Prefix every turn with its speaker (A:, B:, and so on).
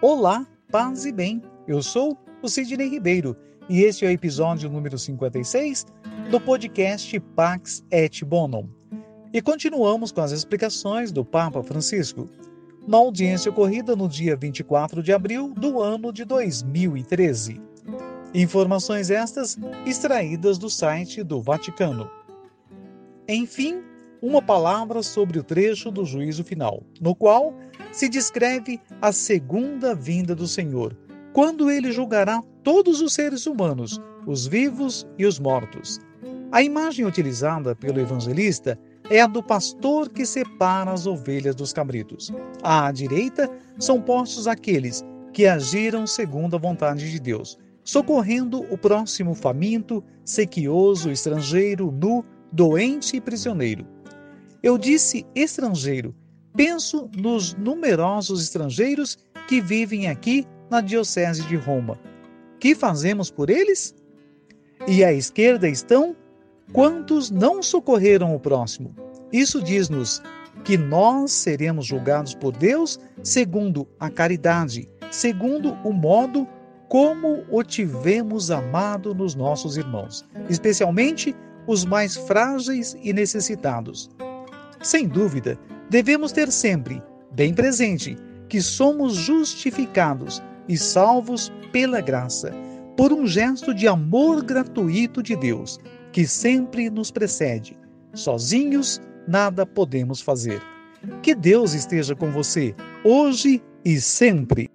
A: Olá, paz e bem. Eu sou o Sidney Ribeiro e este é o episódio número 56 do podcast Pax et Bonum. E continuamos com as explicações do Papa Francisco, na audiência ocorrida no dia 24 de abril do ano de 2013. Informações estas extraídas do site do Vaticano. Enfim, uma palavra sobre o trecho do juízo final, no qual se descreve a segunda vinda do Senhor, quando ele julgará todos os seres humanos, os vivos e os mortos. A imagem utilizada pelo evangelista é a do pastor que separa as ovelhas dos cabritos. À direita são postos aqueles que agiram segundo a vontade de Deus, socorrendo o próximo faminto, sequioso, estrangeiro, nu, doente e prisioneiro. Eu disse estrangeiro. Penso nos numerosos estrangeiros que vivem aqui na Diocese de Roma. Que fazemos por eles? E à esquerda estão quantos não socorreram o próximo. Isso diz-nos que nós seremos julgados por Deus segundo a caridade, segundo o modo como o tivemos amado nos nossos irmãos, especialmente os mais frágeis e necessitados. Sem dúvida, devemos ter sempre bem presente que somos justificados e salvos pela graça, por um gesto de amor gratuito de Deus, que sempre nos precede. Sozinhos, nada podemos fazer. Que Deus esteja com você, hoje e sempre.